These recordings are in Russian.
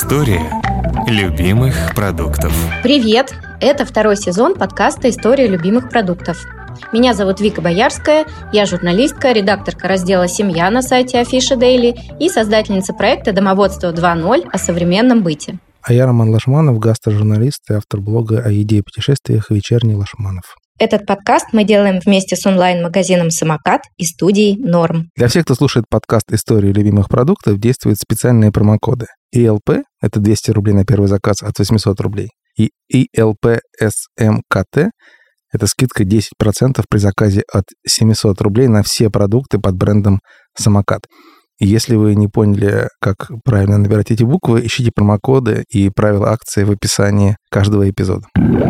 История любимых продуктов. Привет! Это второй сезон подкаста «История любимых продуктов». Меня зовут Вика Боярская, я журналистка, редакторка раздела «Семья» на сайте Афиша Дейли и создательница проекта «Домоводство 2.0» о современном быте. А я Роман Лашманов, гастрожурналист и автор блога о еде и путешествиях «Вечерний Лашманов». Этот подкаст мы делаем вместе с онлайн-магазином «Самокат» и студией «Норм». Для всех, кто слушает подкаст «Истории любимых продуктов», действуют специальные промокоды. ELP – это 200 рублей на первый заказ от 800 рублей. И ELPSMKT – это скидка 10% при заказе от 700 рублей на все продукты под брендом «Самокат». И если вы не поняли, как правильно набирать эти буквы, ищите промокоды и правила акции в описании каждого эпизода.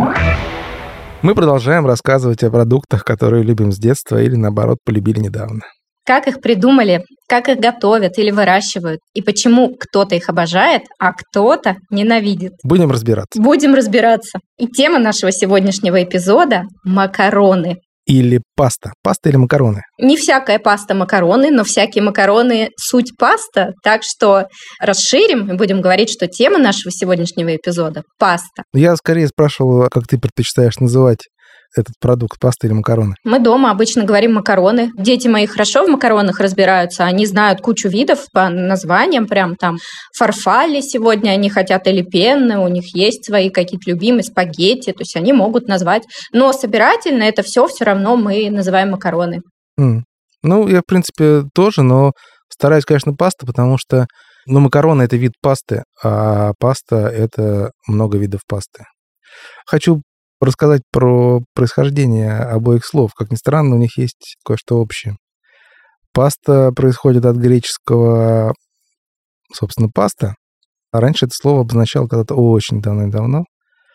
Мы продолжаем рассказывать о продуктах, которые любим с детства или, наоборот, полюбили недавно. Как их придумали, как их готовят или выращивают, и почему кто-то их обожает, а кто-то ненавидит. Будем разбираться. Будем разбираться. И тема нашего сегодняшнего эпизода – макароны. Или паста. Паста или макароны? Не всякая паста макароны, но всякие макароны – суть паста. Так что расширим и будем говорить, что тема нашего сегодняшнего эпизода – паста. Я скорее спрашивал, как ты предпочитаешь называть этот продукт, паста или макароны? Мы дома обычно говорим макароны. Дети мои хорошо в макаронах разбираются. Они знают кучу видов по названиям. Прям там фарфалли сегодня они хотят или пенны. У них есть свои какие-то любимые спагетти. То есть они могут назвать. Но собирательно это все равно мы называем макароны. Ну, я, в принципе, тоже, но стараюсь, конечно, паста, потому что макароны – это вид пасты, а паста – это много видов пасты. Хочу рассказать про происхождение обоих слов. Как ни странно, у них есть кое-что общее. Паста происходит от греческого, собственно, паста. А раньше это слово обозначало когда-то очень давно.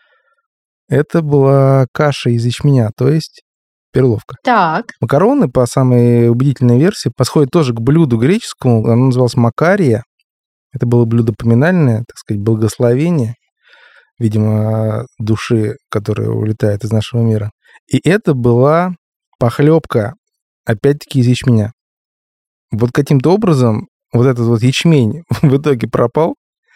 Это была каша из ячменя, то есть перловка. Так. Макароны, по самой убедительной версии, подходят тоже к блюду греческому. Оно называлось макария. Это было блюдо поминальное, так сказать, благословение, видимо, души, которая улетает из нашего мира. И это была похлебка, опять-таки, из ячменя. Вот каким-то образом вот этот вот ячмень в итоге пропал,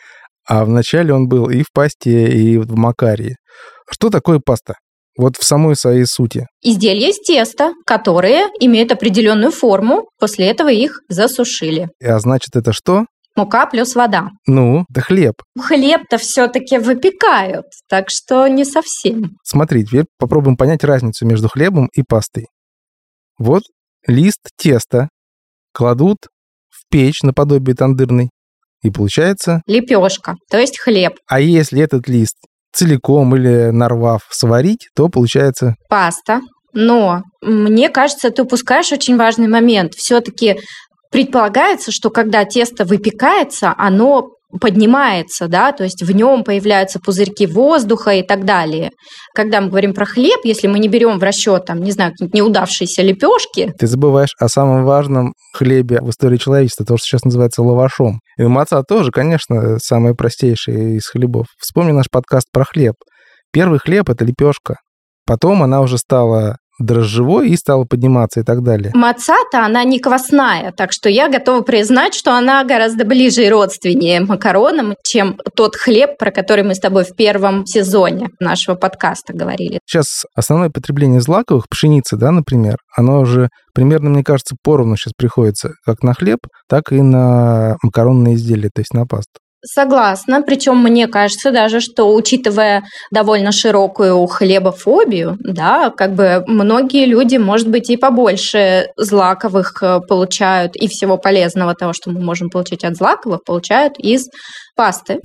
а вначале он был и в пасте, и в макарии. Что такое паста? Вот в самой своей сути. Изделия из теста, которые имеют определенную форму, после этого их засушили. А значит, это что? Мука плюс вода. Это хлеб. Хлеб-то все-таки выпекают, так что не совсем. Смотри, теперь попробуем понять разницу между хлебом и пастой. Вот лист теста кладут в печь наподобие тандырной, и получается лепешка, то есть хлеб. А если этот лист целиком или нарвав сварить, то получается паста. Но мне кажется, ты упускаешь очень важный момент. Все-таки предполагается, что когда тесто выпекается, оно поднимается, да, то есть в нем появляются пузырьки воздуха и так далее. Когда мы говорим про хлеб, если мы не берем в расчет, там, не знаю, какие-то неудавшиеся лепешки. Ты забываешь о самом важном хлебе в истории человечества, то, что сейчас называется лавашом. И маца тоже, конечно, самое простейшее из хлебов. Вспомни наш подкаст про хлеб. Первый хлеб – это лепешка. Потом она уже стала дрожжевой и стала подниматься и так далее. Маца-то она не квасная, так что я готова признать, что она гораздо ближе и родственнее макаронам, чем тот хлеб, про который мы с тобой в первом сезоне нашего подкаста говорили. Сейчас основное потребление злаковых, пшеницы, да, например, оно уже примерно, мне кажется, поровну сейчас приходится как на хлеб, так и на макаронные изделия, то есть на пасту. Согласна, причем мне кажется даже, что учитывая довольно широкую хлебофобию, да, как бы многие люди, может быть, и побольше злаковых получают, и всего полезного того, что мы можем получить от злаковых, получают из пасты.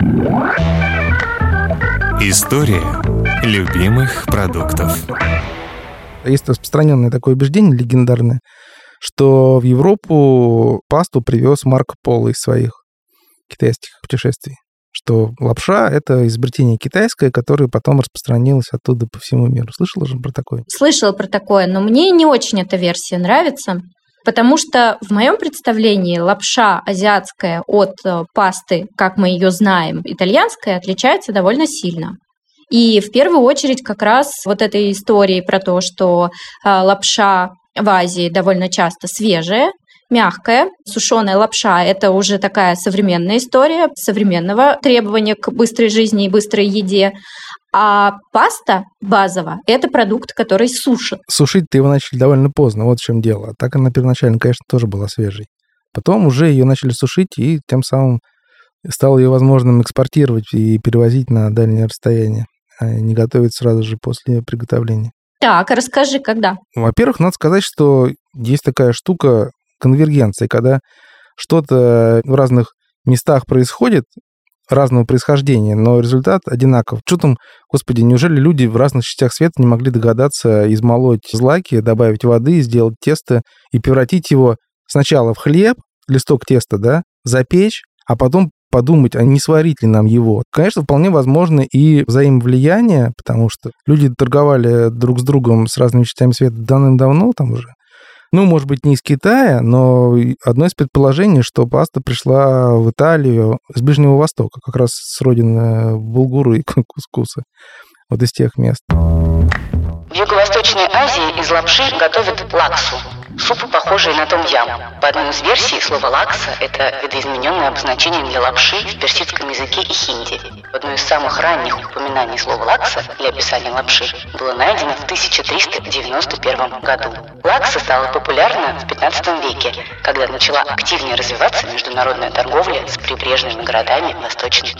История любимых продуктов. Есть распространенное такое убеждение, легендарное, что в Европу пасту привез Марко Поло из своих китайских путешествий, что лапша – это изобретение китайское, которое потом распространилось оттуда по всему миру. Слышала же про такое? Слышала про такое, но мне не очень эта версия нравится, потому что в моем представлении лапша азиатская от пасты, как мы ее знаем, итальянская, отличается довольно сильно. И в первую очередь как раз вот этой истории про то, что лапша в Азии довольно часто свежая, мягкая, сушеная лапша – это уже такая современная история, современного требования к быстрой жизни и быстрой еде. А паста базовая – это продукт, который сушат. Сушить-то его начали довольно поздно, вот в чем дело. Так она первоначально, конечно, тоже была свежей. Потом уже ее начали сушить, и тем самым стало ее возможным экспортировать и перевозить на дальние расстояния, а не готовить сразу же после приготовления. Так, расскажи, когда? Во-первых, надо сказать, что есть такая штука конвергенции, когда что-то в разных местах происходит, разного происхождения, но результат одинаков. Что там, господи, неужели люди в разных частях света не могли догадаться измолоть злаки, добавить воды, сделать тесто и превратить его сначала в хлеб, листок теста, да, запечь, а потом подумать, а не сварить ли нам его. Конечно, вполне возможно и взаимовлияние, потому что люди торговали друг с другом с разными частями света давным-давно там уже. Ну, может быть, не из Китая, но одно из предположений, что паста пришла в Италию с Ближнего Востока, как раз с родины булгуру и кускуса, вот из тех мест. В Юго-Восточной Азии из лапши готовят лаксу – суп, похожий на том-ям. По одной из версий, слово «лакса» – это видоизмененное обозначение для лапши в персидском языке и хинди. Одно из самых ранних упоминаний слова «лакса» для описания лапши было найдено в 1391 году. Лакса стала популярна в 15 веке, когда начала активнее развиваться международная торговля с прибрежными городами Восточной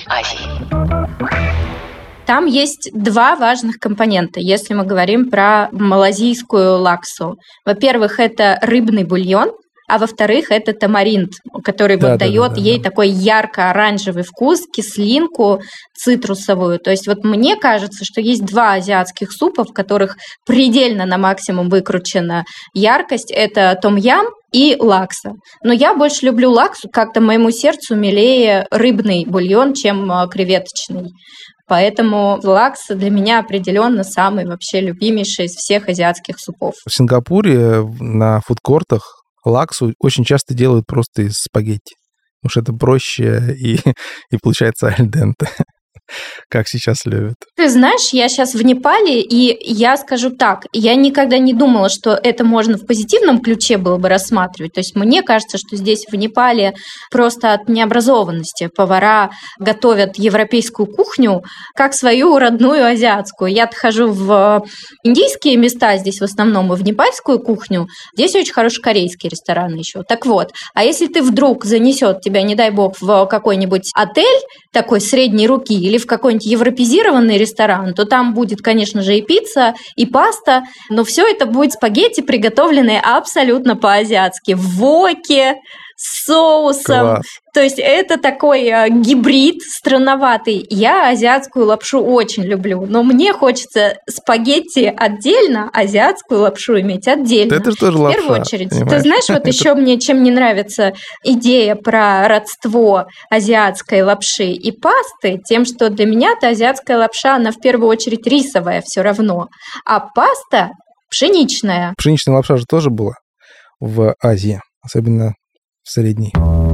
Азии. Там есть два важных компонента, если мы говорим про малазийскую лаксу. Во-первых, это рыбный бульон, а во-вторых, это тамаринд, который дает ей такой ярко-оранжевый вкус, кислинку цитрусовую. То есть вот мне кажется, что есть два азиатских супа, в которых предельно на максимум выкручена яркость. Это том-ям и лакса. Но я больше люблю лаксу, как-то моему сердцу милее рыбный бульон, чем креветочный. Поэтому лакса для меня определенно самый вообще любимейший из всех азиатских супов. В Сингапуре на фудкортах лаксу очень часто делают просто из спагетти, потому что это проще и получается аль денте, как сейчас любят. Ты знаешь, я сейчас в Непале, и я скажу так, я никогда не думала, что это можно в позитивном ключе было бы рассматривать. То есть мне кажется, что здесь в Непале просто от необразованности повара готовят европейскую кухню как свою родную азиатскую. Я хожу в индийские места здесь в основном и в непальскую кухню. Здесь очень хорошие корейские рестораны еще. Так вот, а если ты вдруг занесет тебя, не дай бог, в какой-нибудь отель такой средней руки или в какой-нибудь европезированный ресторан, то там будет, конечно же, и пицца, и паста, но все это будет спагетти, приготовленные абсолютно по-азиатски, в воке, с соусом. Класс. То есть это такой гибрид странноватый. Я азиатскую лапшу очень люблю, но мне хочется спагетти отдельно, азиатскую лапшу иметь отдельно. Это же тоже лапша. В первую очередь. Понимаешь? Ты знаешь, вот еще мне чем не нравится идея про родство азиатской лапши и пасты, тем, что для меня-то азиатская лапша, она в первую очередь рисовая все равно, а паста пшеничная. Пшеничная лапша же тоже была в Азии, особенно в средней.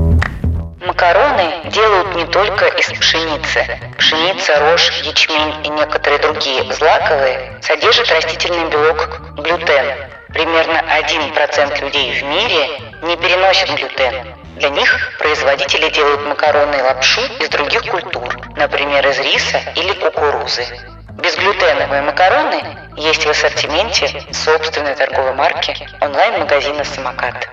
Макароны делают не только из пшеницы. Пшеница, рожь, ячмень и некоторые другие злаковые содержат растительный белок глютен. Примерно 1% людей в мире не переносят глютен. Для них производители делают макароны и лапшу из других культур, например, из риса или кукурузы. Безглютеновые макароны есть в ассортименте собственной торговой марки онлайн-магазина «Самокат».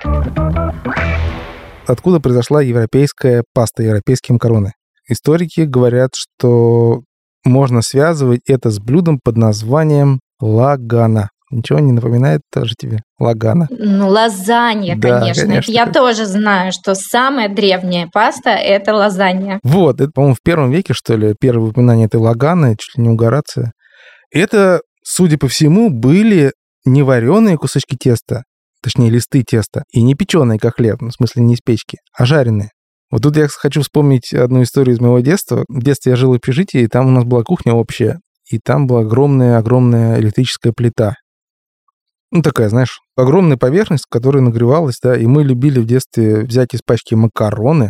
Откуда произошла европейская паста, европейские макароны? Историки говорят, что можно связывать это с блюдом под названием лагана. Ничего не напоминает тоже тебе? Лагана. Ну, лазанья, Да, конечно. конечно. Я тоже знаю, что самая древняя паста – это лазанья. Вот, это, по-моему, в первом веке, что ли, первое упоминание этой лаганы, чуть ли не у Горация. Это, судя по всему, были не вареные кусочки теста, точнее, листы теста, и не печеные, как хлеб, ну, в смысле, не из печки, а жареные. Вот тут я хочу вспомнить одну историю из моего детства. В детстве я жил в общежитии, и там у нас была кухня общая, и там была огромная электрическая плита. Ну, такая, знаешь, огромная поверхность, которая нагревалась, да, и мы любили в детстве взять из пачки макароны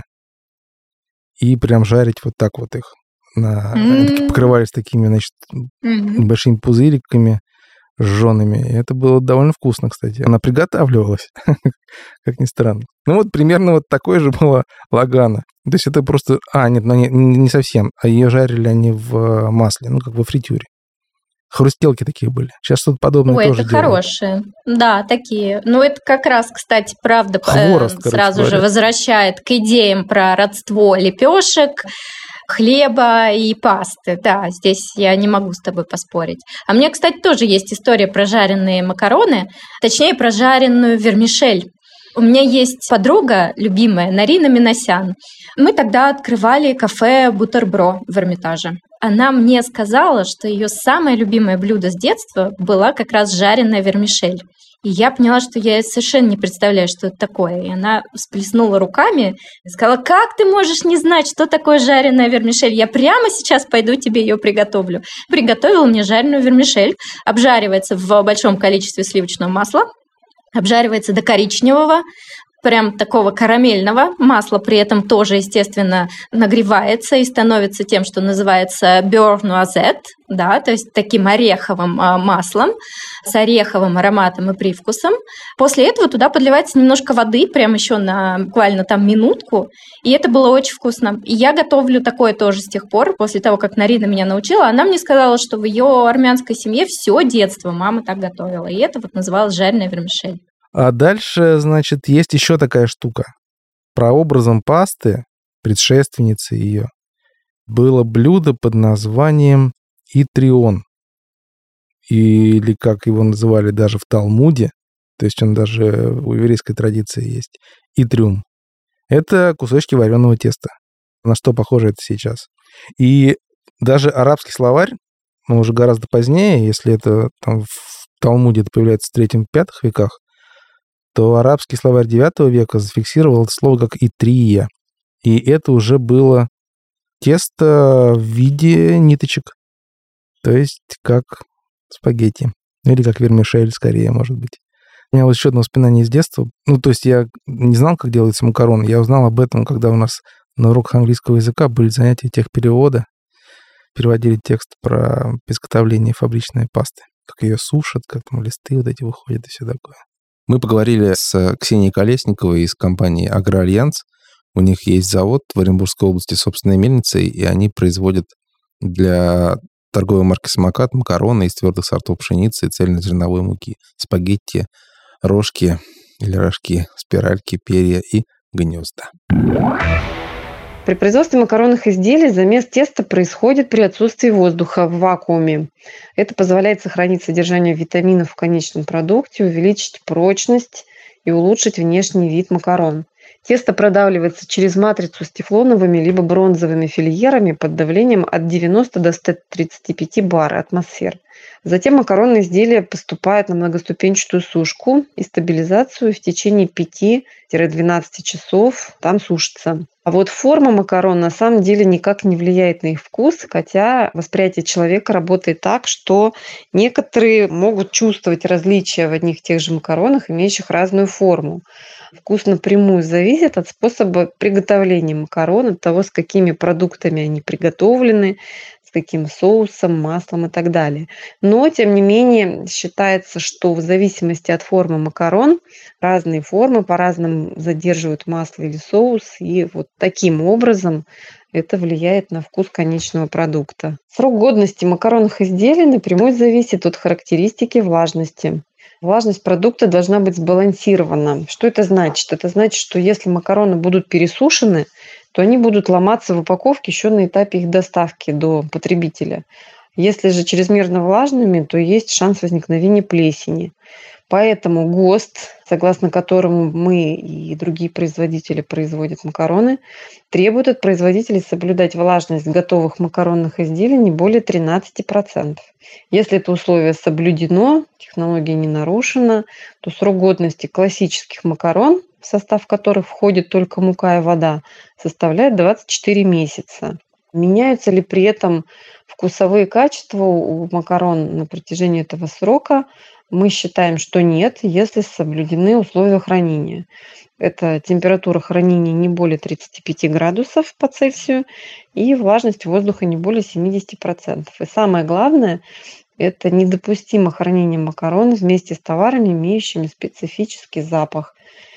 и прям жарить вот так вот их. Они покрывались такими, значит, большими пузыриками жжеными. И это было довольно вкусно, кстати. Она приготавливалась, как ни странно. Ну вот примерно вот такое же было лагана. То есть это просто... нет, не совсем. А ее жарили они в масле, как во фритюре. Хрустелки такие были. Сейчас что-то подобное тоже это делают. Хорошие. Да, такие. Это как раз, кстати, правда, Хворост, сразу же возвращает к идеям про родство лепешек, хлеба и пасты. Да, здесь я не могу с тобой поспорить. А мне, кстати, тоже есть история про жареные макароны, точнее, про жареную вермишель. У меня есть подруга любимая, Нарина Миносян. Мы тогда открывали кафе «Бутербро» в Эрмитаже. Она мне сказала, что ее самое любимое блюдо с детства была как раз жареная вермишель. И я поняла, что я совершенно не представляю, что это такое. И она всплеснула руками и сказала: как ты можешь не знать, что такое жареная вермишель? Я прямо сейчас пойду тебе ее приготовлю. Приготовила мне жареную вермишель. Обжаривается в большом количестве сливочного масла. Обжаривается до коричневого, прям такого карамельного. Масло при этом тоже, естественно, нагревается и становится тем, что называется beurre noisette, да, то есть таким ореховым маслом с ореховым ароматом и привкусом. После этого туда подливается немножко воды, прям еще на буквально там минутку, и это было очень вкусно. И я готовлю такое тоже с тех пор, после того, как Нарина меня научила. Она мне сказала, что в ее армянской семье все детство мама так готовила, и это вот называлось жареная вермишель. А дальше, значит, есть еще такая штука. Прообразом пасты, предшественницы ее, было блюдо под названием итрион. Или, как его называли даже в Талмуде, то есть он даже у еврейской традиции есть, итрюм. Это кусочки вареного теста. На что похоже это сейчас? И даже арабский словарь, но уже гораздо позднее, если это там в Талмуде это появляется в 3-5 веках, то арабский словарь IX века зафиксировал это слово как итрия. И это уже было тесто в виде ниточек. То есть как спагетти. Или как вермишель, скорее, может быть. У меня вот еще одно воспоминание из детства. То есть я не знал, как делается макарон. Я узнал об этом, когда у нас на уроках английского языка были занятия техперевода. Переводили текст про изготовление фабричной пасты. Как ее сушат, как там листы вот эти выходят и все такое. Мы поговорили с Ксенией Колесниковой из компании «Агроальянс». У них есть завод в Оренбургской области, собственной мельницей, и они производят для торговой марки «Самокат» макароны из твердых сортов пшеницы и цельнозерновой муки, спагетти, рожки или рожки, спиральки, перья и гнезда. При производстве макаронных изделий замес теста происходит при отсутствии воздуха в вакууме. Это позволяет сохранить содержание витаминов в конечном продукте, увеличить прочность и улучшить внешний вид макарон. Тесто продавливается через матрицу с тефлоновыми либо бронзовыми фильерами под давлением от 90 до 135 бар атмосфер. Затем макаронные изделия поступают на многоступенчатую сушку и стабилизацию в течение 5-12 часов там сушатся. А вот форма макарон на самом деле никак не влияет на их вкус, хотя восприятие человека работает так, что некоторые могут чувствовать различия в одних и тех же макаронах, имеющих разную форму. Вкус напрямую зависит от способа приготовления макарон, от того, с какими продуктами они приготовлены, с каким соусом, маслом и так далее. Но, тем не менее, считается, что в зависимости от формы макарон разные формы по-разному задерживают масло или соус, и вот таким образом это влияет на вкус конечного продукта. Срок годности макаронных изделий напрямую зависит от характеристики влажности. Влажность продукта должна быть сбалансирована. Что это значит? Это значит, что если макароны будут пересушены, то они будут ломаться в упаковке еще на этапе их доставки до потребителя. Если же чрезмерно влажными, то есть шанс возникновения плесени. Поэтому ГОСТ, согласно которому мы и другие производители производят макароны, требует от производителей соблюдать влажность готовых макаронных изделий не более 13%. Если это условие соблюдено, технология не нарушена, то срок годности классических макарон, в состав которых входит только мука и вода, составляет 24 месяца. Меняются ли при этом вкусовые качества у макарон на протяжении этого срока? Мы считаем, что нет, если соблюдены условия хранения. Это температура хранения не более 35 градусов по Цельсию и влажность воздуха не более 70%. И самое главное, Это недопустимо хранение макарон вместе с товарами, имеющими специфический запах.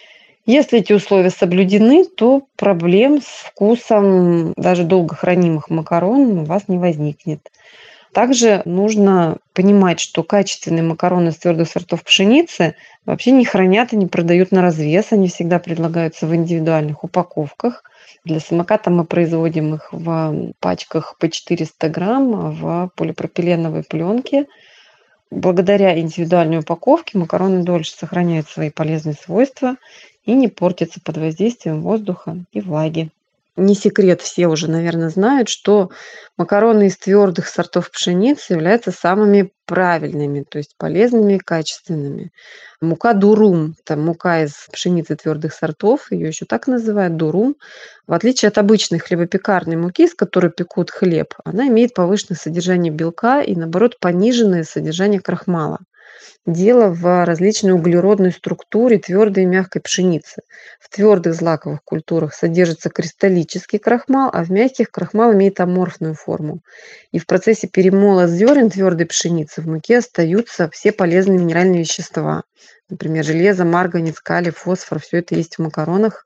Если эти условия соблюдены, то проблем с вкусом даже долго хранимых макарон у вас не возникнет. Также нужно понимать, что качественные макароны из твердых сортов пшеницы вообще не хранят и не продают на развес. Они всегда предлагаются в индивидуальных упаковках. Для самоката мы производим их в пачках по 400 грамм в полипропиленовой пленке. Благодаря индивидуальной упаковке макароны дольше сохраняют свои полезные свойства и не портятся под воздействием воздуха и влаги. Не секрет, все уже, наверное, знают, что макароны из твердых сортов пшеницы являются самыми правильными, то есть полезными и качественными. Мука дурум, это мука из пшеницы твердых сортов, ее еще так называют дурум. В отличие от обычной хлебопекарной муки, из которой пекут хлеб, она имеет повышенное содержание белка и, наоборот, пониженное содержание крахмала. Дело в различной углеродной структуре твердой и мягкой пшеницы. В твердых злаковых культурах содержится кристаллический крахмал, а в мягких крахмал имеет аморфную форму. И в процессе перемола зерен твердой пшеницы в муке остаются все полезные минеральные вещества. Например, железо, марганец, калий, фосфор. Все это есть в макаронах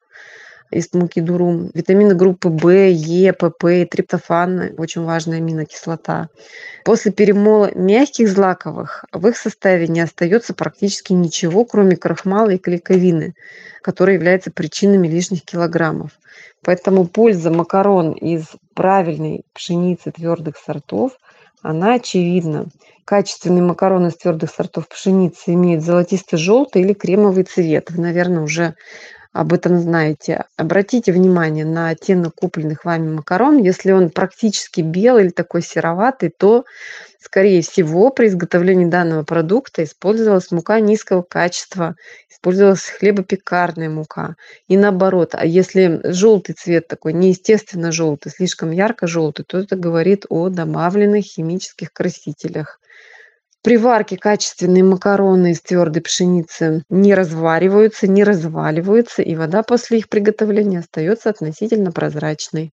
из муки дурум. Витамины группы В, Е, ПП и триптофан – очень важная аминокислота. После перемола мягких злаковых в их составе не остается практически ничего, кроме крахмала и клейковины, которые являются причинами лишних килограммов. Поэтому польза макарон из правильной пшеницы твердых сортов, она очевидна. Качественные макароны из твердых сортов пшеницы имеют золотисто-желтый или кремовый цвет. Вы, наверное, уже об этом знаете. Обратите внимание на оттенок купленных вами макарон. Если он практически белый или такой сероватый, то, скорее всего, при изготовлении данного продукта использовалась мука низкого качества, использовалась хлебопекарная мука. И наоборот, а если желтый цвет такой, неестественно желтый, слишком ярко-желтый, то это говорит о добавленных химических красителях. При варке качественные макароны из твердой пшеницы не развариваются, не разваливаются, и вода после их приготовления остается относительно прозрачной.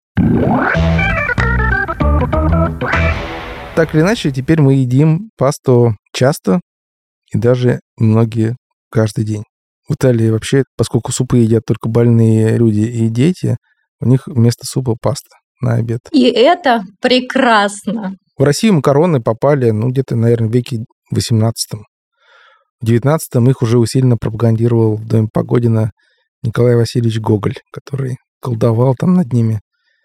Так или иначе, теперь мы едим пасту часто и даже многие каждый день. В Италии вообще, поскольку супы едят только больные люди и дети, у них вместо супа паста на обед. И это прекрасно. В Россию макароны попали, где-то, наверное, в веке XVIII. В XIX их уже усиленно пропагандировал в доме Погодина Николай Васильевич Гоголь, который колдовал там над ними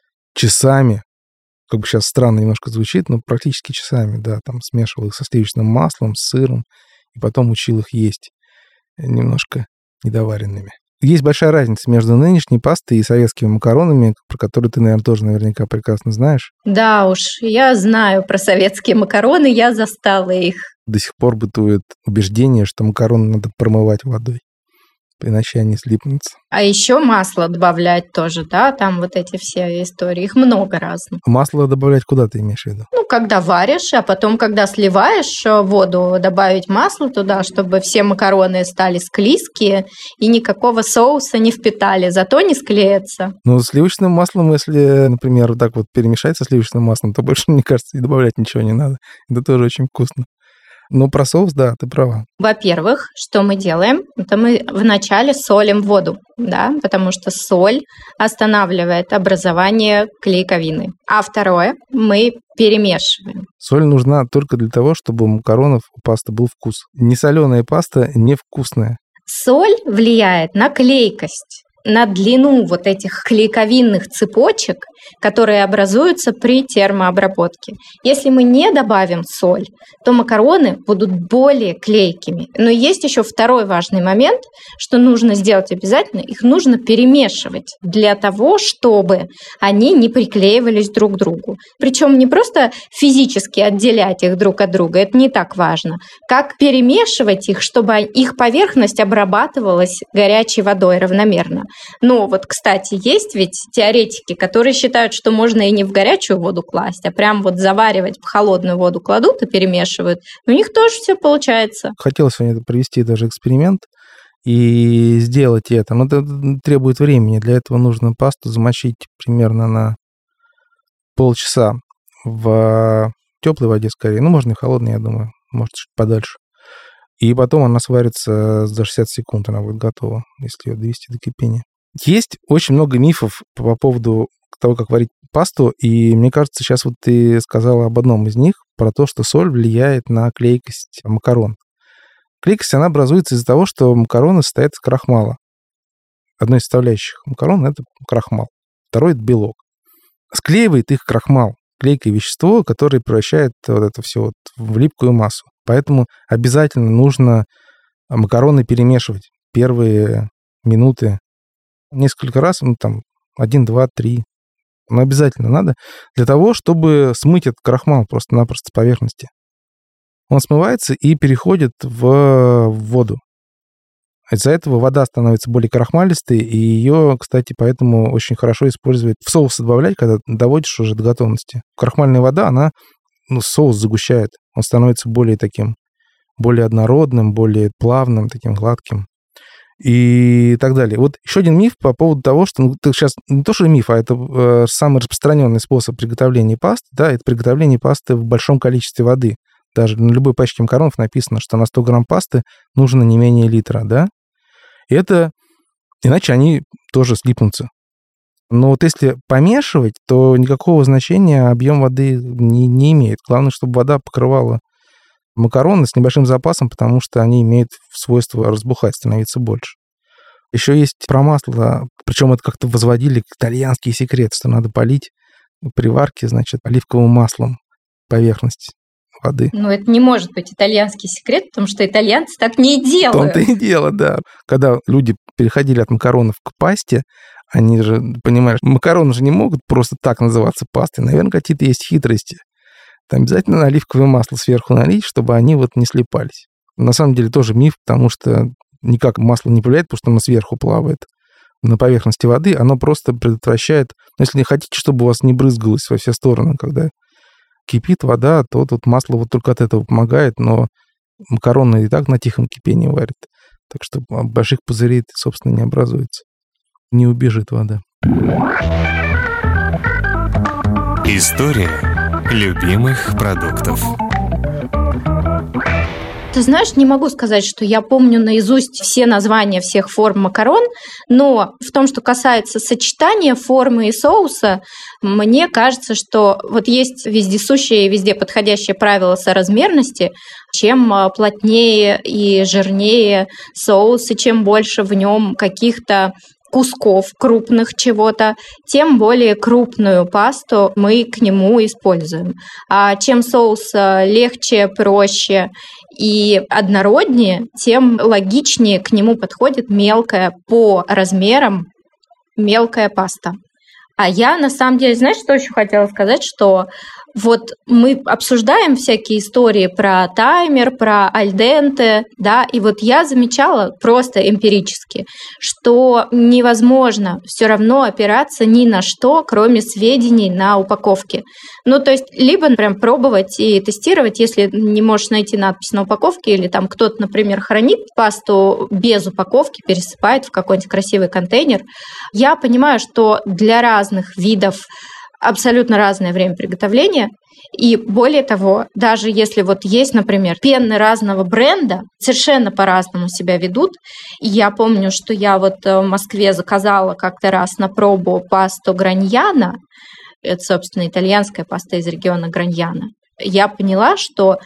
часами. Как бы сейчас странно немножко звучит, но практически часами, да, там смешивал их со сливочным маслом, с сыром, и потом учил их есть немножко недоваренными. Есть большая разница между нынешней пастой и советскими макаронами, про которые ты, наверное, тоже наверняка прекрасно знаешь. Да уж, я знаю про советские макароны, я застала их. До сих пор бытует убеждение, что макароны надо промывать водой, иначе они слипнутся. А еще масло добавлять тоже, да, там вот эти все истории, их много разных. Масло добавлять куда ты имеешь в виду? Когда варишь, а потом, когда сливаешь воду, добавить масло туда, чтобы все макароны стали склизкие и никакого соуса не впитали, зато не склеятся. Сливочным маслом, если, например, вот так вот перемешать со сливочным маслом, то больше, мне кажется, и добавлять ничего не надо. Это тоже очень вкусно. Но про соус, да, ты права. Во-первых, что мы делаем? Это мы вначале солим воду, да, потому что соль останавливает образование клейковины. А второе, мы перемешиваем. Соль нужна только для того, чтобы у макаронов у пасты был вкус. Несоленая паста невкусная. Соль влияет на клейкость, на длину вот этих клейковинных цепочек, которые образуются при термообработке. Если мы не добавим соль, то макароны будут более клейкими. Но есть еще второй важный момент, что нужно сделать обязательно. Их нужно перемешивать для того, чтобы они не приклеивались друг к другу. Причем не просто физически отделять их друг от друга, это не так важно, как перемешивать их, чтобы их поверхность обрабатывалась горячей водой равномерно. Но кстати, есть ведь теоретики, которые считают, что можно и не в горячую воду класть, а прям заваривать в холодную воду кладут и перемешивают. У них тоже все получается. Хотелось сегодня провести даже эксперимент и сделать это. Но это требует времени. Для этого нужно пасту замочить примерно на полчаса в теплой воде скорее. Ну, можно и холодной, я думаю. Может, чуть подальше. И потом она сварится за 60 секунд, она будет готова, если ее довести до кипения. Есть очень много мифов по поводу того, как варить пасту, и мне кажется, сейчас вот ты сказала об одном из них, про то, что соль влияет на клейкость макарон. Клейкость, она образуется из-за того, что макароны состоят из крахмала. Одной из составляющих макарон – это крахмал. Второй – это белок. Склеивает их крахмал, клейкое вещество, которое превращает вот это все вот в липкую массу. Поэтому обязательно нужно макароны перемешивать первые минуты несколько раз, ну, там, 1, 2, 3. Но обязательно надо для того, чтобы смыть этот крахмал просто-напросто с поверхности. Он смывается и переходит в воду. Из-за этого вода становится более крахмалистой, и ее, кстати, поэтому очень хорошо использовать в соус добавлять, когда доводишь уже до готовности. Крахмальная вода, она соус загущает. Он становится более таким, более однородным, более плавным, таким гладким и так далее. Вот еще один миф по поводу того, что это сейчас не то, что миф, а это самый распространенный способ приготовления пасты, да, это приготовление пасты в большом количестве воды. Даже на любой пачке макаронов написано, что на 100 грамм пасты нужно не менее литра, да. И это, иначе они тоже слипнутся. Но вот если помешивать, то никакого значения объем воды не имеет. Главное, чтобы вода покрывала макароны с небольшим запасом, потому что они имеют свойство разбухать, становиться больше. Еще есть про масло, причем это как-то возводили к итальянский секрет, что надо полить при варке, значит, оливковым маслом поверхность воды. Ну, это не может быть итальянский секрет, потому что итальянцы так не делают. В том-то и дело, да. Когда люди переходили от макаронов к пасте, они же, понимаешь, макароны же не могут просто так называться пастой. Наверное, какие-то есть хитрости. Там обязательно оливковое масло сверху налить, чтобы они вот не слипались. На самом деле тоже миф, потому что никак масло не повлияет, потому что оно сверху плавает на поверхности воды. Оно просто предотвращает... Но если не хотите, чтобы у вас не брызгалось во все стороны, когда кипит вода, то тут масло вот только от этого помогает, но макароны и так на тихом кипении варят. Так что больших пузырей, собственно, не образуется. Не убежит вода. История любимых продуктов. Ты знаешь, не могу сказать, что я помню наизусть все названия всех форм макарон, но в том, что касается сочетания формы и соуса, мне кажется, что вот есть вездесущее и везде подходящее правило соразмерности. Чем плотнее и жирнее соус, и чем больше в нем каких-то кусков крупных чего-то, тем более крупную пасту мы к нему используем. А чем соус легче, проще и однороднее, тем логичнее к нему подходит мелкая по размерам мелкая паста. А я, на самом деле, знаешь, что еще хотела сказать, что вот мы обсуждаем всякие истории про таймер, про альденте, да, и вот я замечала просто эмпирически, что невозможно все равно опираться ни на что, кроме сведений на упаковке. Ну, то есть, либо прям пробовать и тестировать, если не можешь найти надпись на упаковке, или там кто-то, например, хранит пасту без упаковки, пересыпает в какой-нибудь красивый контейнер. Я понимаю, что для разных видов абсолютно разное время приготовления. И более того, даже если вот есть, например, пенны разного бренда, совершенно по-разному себя ведут. И я помню, что я вот в Москве заказала как-то раз на пробу пасту Граньяно. Это, собственно, итальянская паста из региона Граньяно. Я поняла, что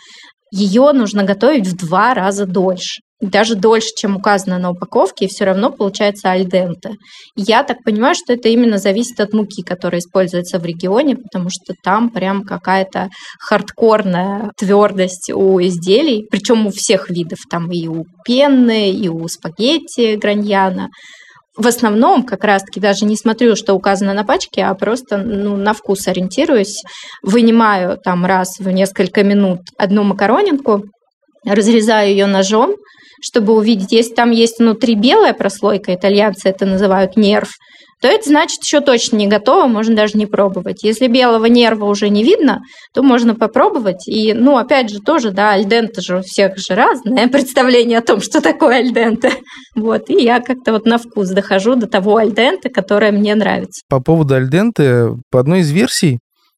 ее нужно готовить в 2 раза дольше. Даже дольше, чем указано на упаковке, и все равно получается альденте. Я так понимаю, что это именно зависит от муки, которая используется в регионе, потому что там прям какая-то хардкорная твердость у изделий, причем у всех видов, там и у пенны, и у спагетти Граньяно. В основном, как раз-таки, даже не смотрю, что указано на пачке, а просто на вкус ориентируюсь. Вынимаю там раз в несколько минут одну макаронинку, разрезаю ее ножом, чтобы увидеть, если там есть внутри белая прослойка, итальянцы это называют нерв, то это значит, еще точно не готово, можно даже не пробовать. Если белого нерва уже не видно, то можно попробовать. И, опять же, тоже, да, альденте же у всех же разное представление о том, что такое альденте. Вот, и я как-то вот на вкус дохожу до того альденте, которое мне нравится. По поводу альденте, по одной из версий,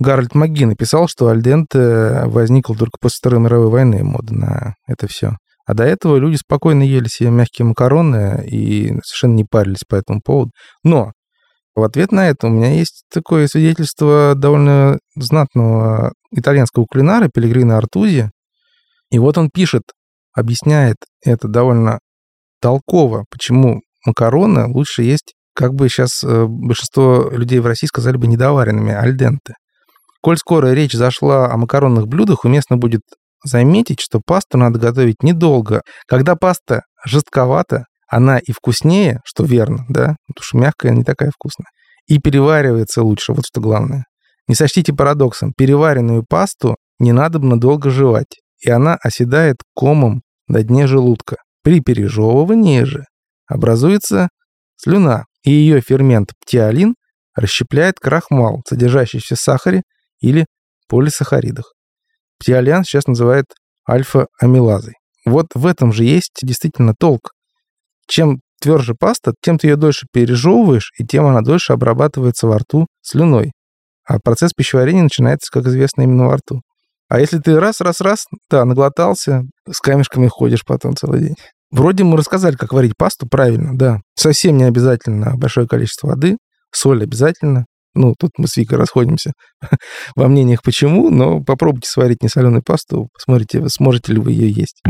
Гарольд Маги написал, что альденте возникла только после Второй мировой войны, мода на это все. А до этого люди спокойно ели себе мягкие макароны и совершенно не парились по этому поводу. Но в ответ на это у меня есть такое свидетельство довольно знатного итальянского кулинара Пеллегрино Артузи. И вот он пишет, объясняет это довольно толково, почему макароны лучше есть, как бы сейчас большинство людей в России сказали бы, недоваренными, альденте. Коль скоро речь зашла о макаронных блюдах, уместно будет заметить, что пасту надо готовить недолго. Когда паста жестковата, она и вкуснее, что верно, да, потому что мягкая не такая вкусная, и переваривается лучше, вот что главное. Не сочтите парадоксом, переваренную пасту не надобно долго жевать, и она оседает комом на дне желудка. При пережевывании же образуется слюна, и ее фермент птиолин расщепляет крахмал, содержащийся в сахаре или полисахаридах. Птиолин сейчас называют альфа-амилазой. Вот в этом же есть действительно толк. Чем тверже паста, тем ты ее дольше пережевываешь, и тем она дольше обрабатывается во рту слюной. А процесс пищеварения начинается, как известно, именно во рту. А если ты раз, да, наглотался, с камешками ходишь потом целый день. Вроде мы рассказали, как варить пасту правильно, да. Совсем не обязательно большое количество воды, соль обязательно. Ну, тут мы с Викой расходимся во мнениях почему, но попробуйте сварить несоленую пасту, посмотрите, сможете ли вы ее есть.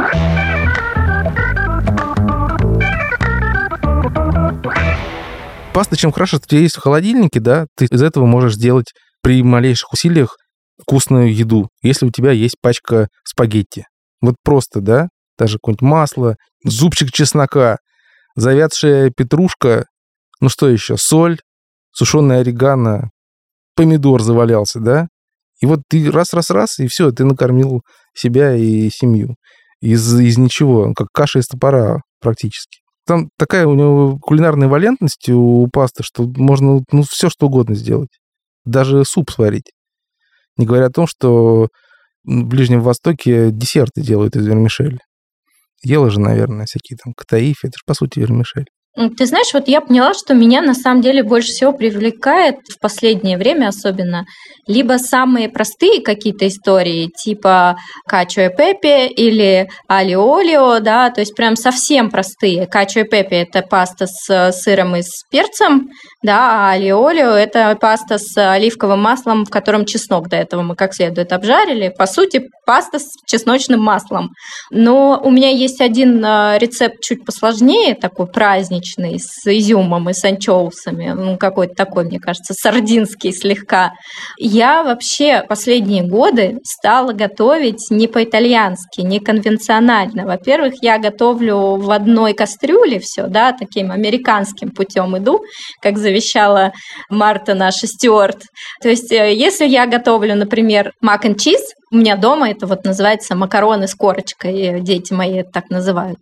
Паста чем хороша, что у тебя есть в холодильнике, да, ты из этого можешь сделать при малейших усилиях вкусную еду, если у тебя есть пачка спагетти. Вот просто, да, даже какое-нибудь масло, зубчик чеснока, завядшая петрушка, ну что еще, соль, сушеный орегано, помидор завалялся, да, и вот ты раз, и все, ты накормил себя и семью из ничего, как каша из топора практически. Там такая у него кулинарная валентность у пасты, что можно все что угодно сделать. Даже суп сварить. Не говоря о том, что в Ближнем Востоке десерты делают из вермишели. Ела же, наверное, всякие там катаифи. Это же, по сути, вермишель. Ты знаешь, вот я поняла, что меня на самом деле больше всего привлекает в последнее время особенно либо самые простые какие-то истории, типа качо и пепе или алио-олио, да, то есть прям совсем простые. Качо и пепе – это паста с сыром и с перцем, да, а алио-олио – это паста с оливковым маслом, в котором чеснок до этого мы как следует обжарили. По сути, паста с чесночным маслом. Но у меня есть один рецепт чуть посложнее, такой праздничный, с изюмом и с анчоусами. Ну, какой-то такой, мне кажется, сардинский слегка. Я вообще последние годы стала готовить не по-итальянски, не конвенционально. Во-первых, я готовлю в одной кастрюле все, да, таким американским путем иду, как завещала Марта наша Стюарт. То есть, если я готовлю, например, мак энд чиз, у меня дома это вот называется макароны с корочкой, дети мои это так называют.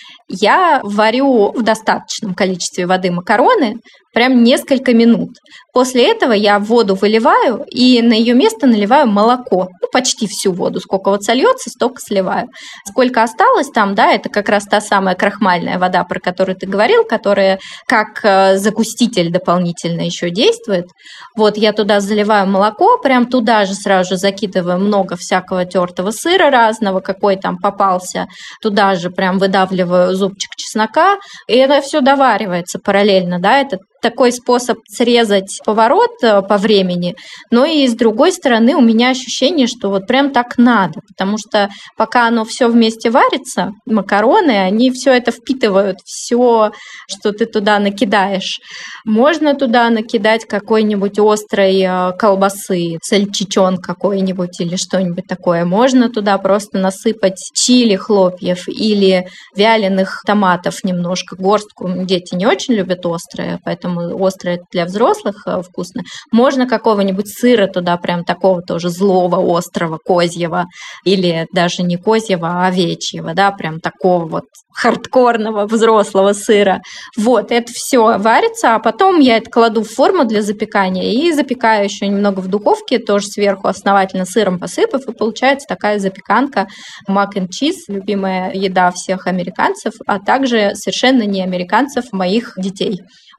Я варю в достаточном количестве воды макароны прям несколько минут. После этого я воду выливаю и на ее место наливаю молоко. Ну, почти всю воду. Сколько вот сольется, столько сливаю. Сколько осталось там, да, это как раз та самая крахмальная вода, про которую ты говорил, которая как загуститель дополнительно еще действует. Вот я туда заливаю молоко, прям туда же сразу же закидываю много всякого тертого сыра разного, какой там попался. Туда же прям выдавливаю зубчик чеснока, и это все доваривается параллельно, да, это такой способ срезать поворот по времени, но и с другой стороны у меня ощущение, что вот прям так надо, потому что пока оно все вместе варится, макароны, они все это впитывают, все, что ты туда накидаешь. Можно туда накидать какой-нибудь острой колбасы, сальчичон какой-нибудь или что-нибудь такое. Можно туда просто насыпать чили хлопьев или вяленых томатов немножко, горстку. Дети не очень любят острое, поэтому острое для взрослых вкусно. Можно какого-нибудь сыра туда прям такого тоже злого, острого, козьего, или даже не козьего, а овечьего, да, прям такого вот хардкорного взрослого сыра. Вот, это все варится, а потом я это кладу в форму для запекания и запекаю еще немного в духовке, тоже сверху основательно сыром посыпав, и получается такая запеканка мак энд чиз, любимая еда всех американцев, а также совершенно не американцев, моих детей. Но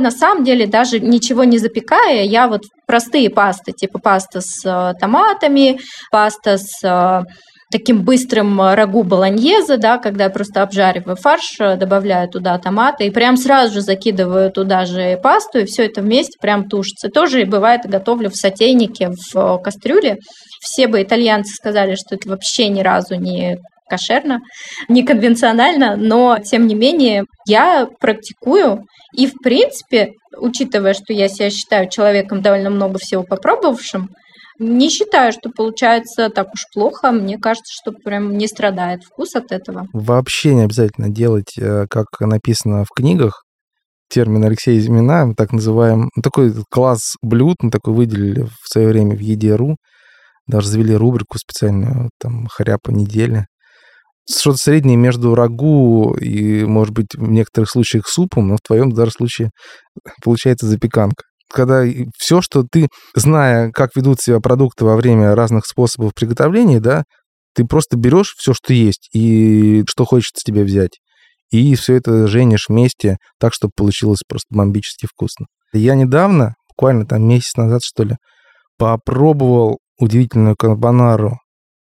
на самом деле, даже ничего не запекая, я вот простые пасты, типа паста с томатами, паста с таким быстрым рагу болоньезе, да, когда я просто обжариваю фарш, добавляю туда томаты и прям сразу же закидываю туда же пасту, и все это вместе прям тушится. Тоже бывает готовлю в сотейнике, в кастрюле. Все бы итальянцы сказали, что это вообще ни разу не кошерно, не конвенционально, но, тем не менее, я практикую. И, в принципе, учитывая, что я себя считаю человеком довольно много всего попробовавшим, не считаю, что получается так уж плохо. Мне кажется, что прям не страдает вкус от этого. Вообще не обязательно делать, как написано в книгах. Термин Алексея Зимина, мы так называем, такой класс блюд, мы такой выделили в свое время в Еде.ру, даже завели рубрику специальную, там, «Харяпа недели». Что-то среднее между рагу и, может быть, в некоторых случаях супом, но в твоем даже случае получается запеканка. Когда все, что ты, зная, как ведут себя продукты во время разных способов приготовления, да, ты просто берешь все, что есть, и что хочется тебе взять, и все это женишь вместе так, чтобы получилось просто бомбически вкусно. Я недавно, буквально там месяц назад, что ли, попробовал удивительную карбонару.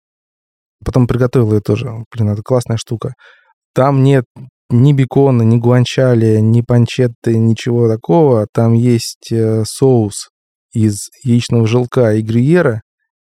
Потом приготовил ее тоже. Блин, это классная штука. Там нет ни бекона, ни гуанчали, ни панчетты, ничего такого. Там есть соус из яичного желтка и грюйера,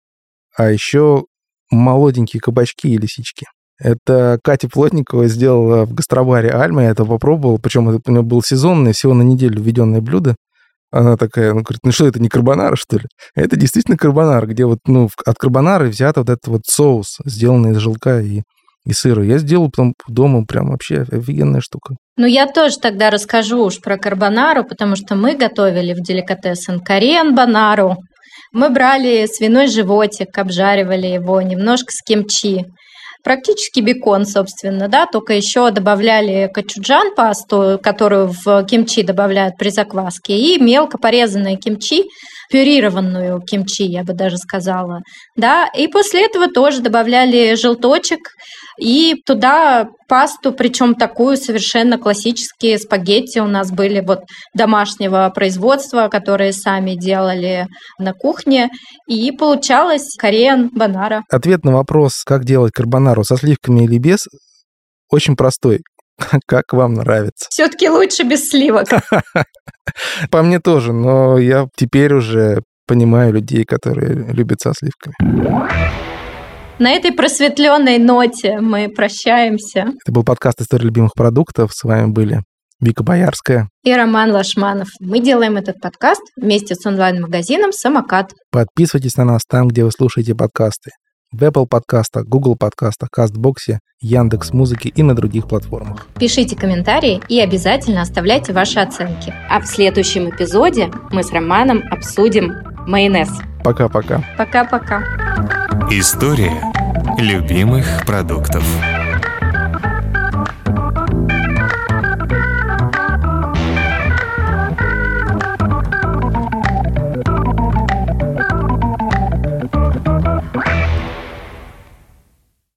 а еще молоденькие кабачки и лисички. Это Катя Плотникова сделала в гастробаре «Альма». Я это попробовал, причем это у нее было сезонное, всего на неделю введенное блюдо. Она такая, говорит, ну что, это не карбонара, что ли? Это действительно карбонара, где вот, от карбонары взят вот этот вот соус, сделанный из желтка и сыра. Я сделал потом дома, прям вообще офигенная штука. Ну, я тоже тогда расскажу уж про карбонару, потому что мы готовили в деликатесен кореан-бонару. Мы брали свиной животик, обжаривали его немножко с кимчи. Практически бекон, собственно, да, только еще добавляли кочуджан пасту, которую в кимчи добавляют при закваске, и мелко порезанное кимчи, пюрированную кимчи, я бы даже сказала, да, и после этого тоже добавляли желточек и туда пасту, причем такую совершенно классические спагетти у нас были вот домашнего производства, которые сами делали на кухне, и получалось кореан-бонара. Ответ на вопрос, как делать карбонару, со сливками или без, очень простой. Как вам нравится? Все-таки лучше без сливок. По мне тоже, но я теперь уже понимаю людей, которые любят со сливками. На этой просветленной ноте мы прощаемся. Это был подкаст «История любимых продуктов». С вами были Вика Боярская и Роман Лашманов. Мы делаем этот подкаст вместе с онлайн-магазином «Самокат». Подписывайтесь на нас там, где вы слушаете подкасты. В Apple подкастах, Google подкастах, Кастбоксе, Яндекс.Музыке и на других платформах. Пишите комментарии и обязательно оставляйте ваши оценки. А в следующем эпизоде мы с Романом обсудим майонез. Пока-пока. Пока-пока. История любимых продуктов.